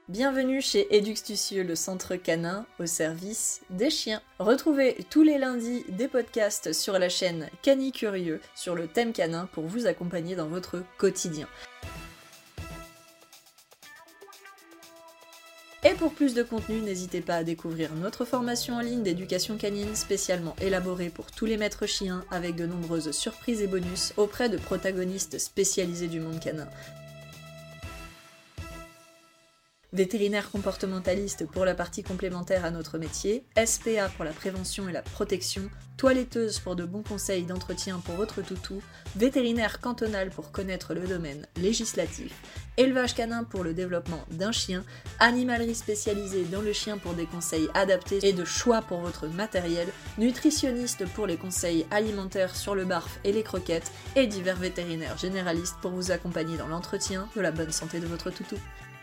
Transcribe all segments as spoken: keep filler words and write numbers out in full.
Bienvenue chez Eduxtucieux, le centre canin au service des chiens. Retrouvez tous les lundis des podcasts sur la chaîne Canicurieux sur le thème canin pour vous accompagner dans votre quotidien. Et pour plus de contenu, n'hésitez pas à découvrir notre formation en ligne d'éducation canine spécialement élaborée pour tous les maîtres chiens avec de nombreuses surprises et bonus auprès de protagonistes spécialisés du monde canin. Vétérinaire comportementaliste pour la partie complémentaire à notre métier, S P A pour la prévention et la protection, toiletteuse pour de bons conseils d'entretien pour votre toutou, vétérinaire cantonal pour connaître le domaine législatif, élevage canin pour le développement d'un chien, animalerie spécialisée dans le chien pour des conseils adaptés et de choix pour votre matériel, nutritionniste pour les conseils alimentaires sur le barf et les croquettes, et divers vétérinaires généralistes pour vous accompagner dans l'entretien de la bonne santé de votre toutou.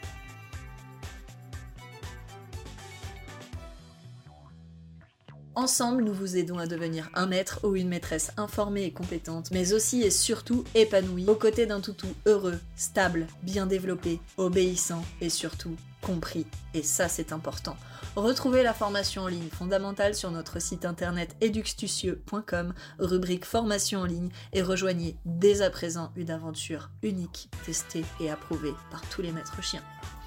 Ensemble, nous vous aidons à devenir un maître ou une maîtresse informée et compétente, mais aussi et surtout épanouie, aux côtés d'un toutou heureux, stable, bien développé, obéissant et surtout compris. Et ça, c'est important. Retrouvez la formation en ligne fondamentale sur notre site internet eduxtucieux point com, rubrique formation en ligne, et rejoignez dès à présent une aventure unique, testée et approuvée par tous les maîtres chiens.